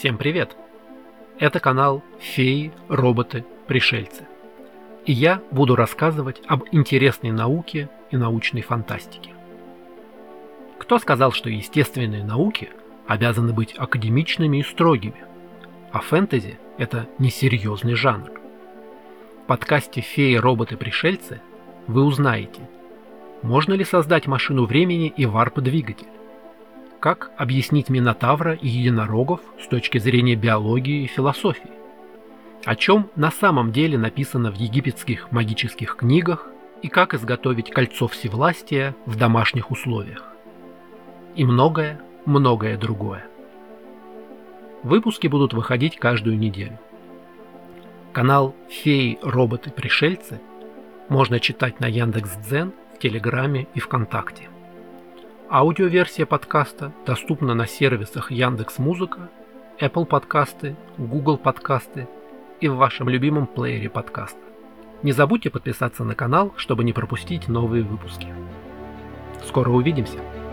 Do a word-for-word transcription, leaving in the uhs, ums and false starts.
Всем привет! Это канал «Феи, роботы, пришельцы». И я буду рассказывать об интересной науке и научной фантастике. Кто сказал, что естественные науки обязаны быть академичными и строгими, а фэнтези – это несерьезный жанр? В подкасте «Феи, роботы, пришельцы» вы узнаете, можно ли создать машину времени и варп-двигатель, как объяснить Минотавра и единорогов с точки зрения биологии и философии, о чем на самом деле написано в египетских магических книгах и как изготовить кольцо всевластия в домашних условиях. И многое, многое другое. Выпуски будут выходить каждую неделю. Канал «Феи, роботы, пришельцы» можно читать на Яндекс.Дзен, в Телеграме и ВКонтакте. Аудиоверсия подкаста доступна на сервисах Яндекс.Музыка, Apple подкасты, Google подкасты и в вашем любимом плеере подкаста. Не забудьте подписаться на канал, чтобы не пропустить новые выпуски. Скоро увидимся!